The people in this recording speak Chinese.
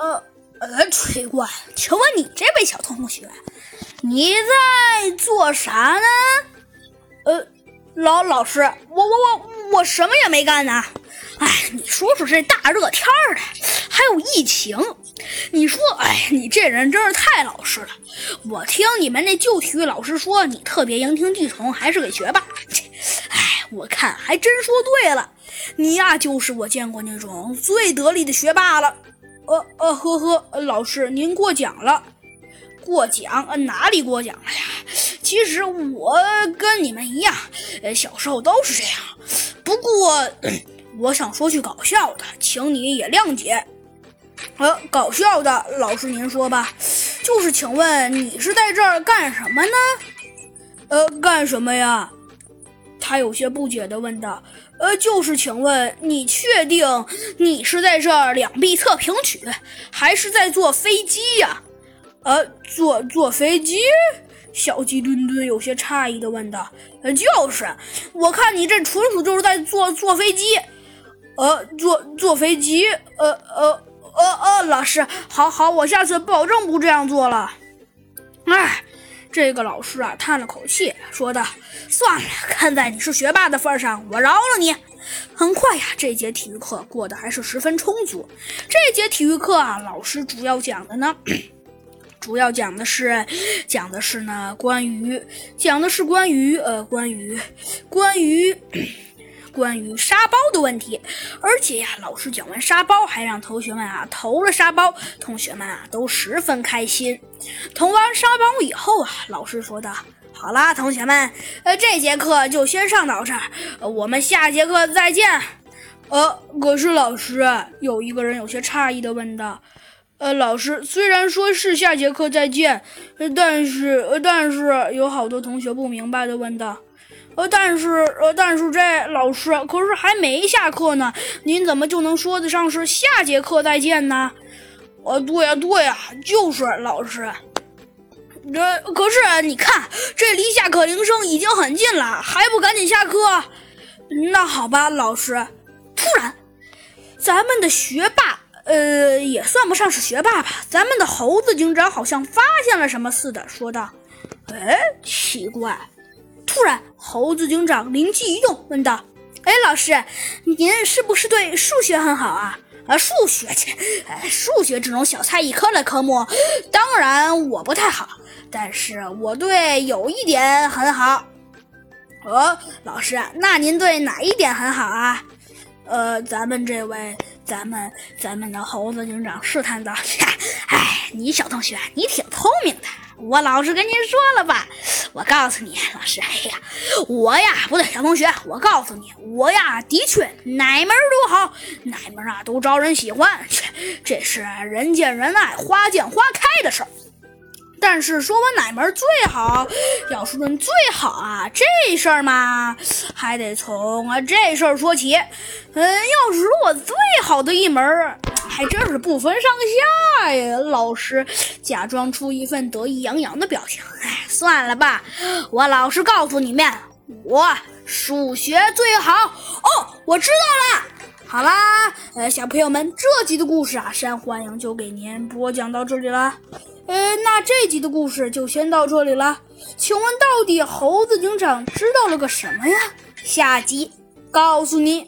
奇怪，请问你这位小同学，你在做啥呢？老师，我什么也没干呢。你说说这大热天的，还有疫情，你说，你这人真是太老实了。我听你们那旧体育老师说，你特别言听计从，还是个学霸。我看还真说对了，你呀，就是我见过那种最得力的学霸了。老师您过奖了。过奖？哪里过奖了呀？其实我跟你们一样，小时候都是这样。不过，我想说句搞笑的，请你也谅解。搞笑的，老师您说吧。就是请问你是在这儿干什么呢？干什么呀？他有些不解地问道。就是请问你确定你是在这儿两臂测评曲，还是在坐飞机呀？坐飞机？小鸡墩墩有些诧异地问道。就是，我看你这纯属就是在坐飞机。坐飞机？老师，好，我下次保证不这样做了。这个老师啊，叹了口气，说道：“算了，看在你是学霸的份上，我饶了你。”很快呀，这节体育课过得还是十分充足。这节体育课啊，老师主要讲的是关于沙包的问题。而且呀，老师讲完沙包，还让同学们啊投了沙包，同学们啊都十分开心。投完沙包以后啊，老师说道：“好啦，同学们，这节课就先上到这儿，我们下节课再见。”可是老师，有一个人有些诧异地问道：“老师，虽然说是下节课再见，但是有好多同学不明白地问道。但是这老师可是还没下课呢，您怎么就能说得上是下节课再见呢？”对呀，就是老师。可是你看，这离下课铃声已经很近了，还不赶紧下课？那好吧，老师。突然，咱们的学霸，也算不上是学霸吧，咱们的猴子警长好像发现了什么似的，说道：“奇怪。”突然，猴子警长灵机一动，问道：“老师，您是不是对数学很好啊？”数学这种小菜一颗的科目，当然我不太好，但是我对有一点很好。老师，那您对哪一点很好啊？咱们的猴子警长试探道：“你小同学，你挺聪明的。我老实跟您说了吧，我告诉你，老师，小同学，我告诉你，我呀，的确哪门都好，哪门啊都招人喜欢，这是人见人爱，花见花开的事儿。但是说我哪门最好，要是论最好啊，这事儿嘛，还得从这事儿说起。要是说我最好的一门，还真是不分上下呀。老师假装出一份得意洋洋的表情。算了吧，我老实告诉你们，我数学最好。我知道了。好啦，小朋友们，这集的故事啊，山欢迎就给您播讲到这里了。那这集的故事就先到这里了。请问到底猴子警长知道了个什么呀？下集告诉你。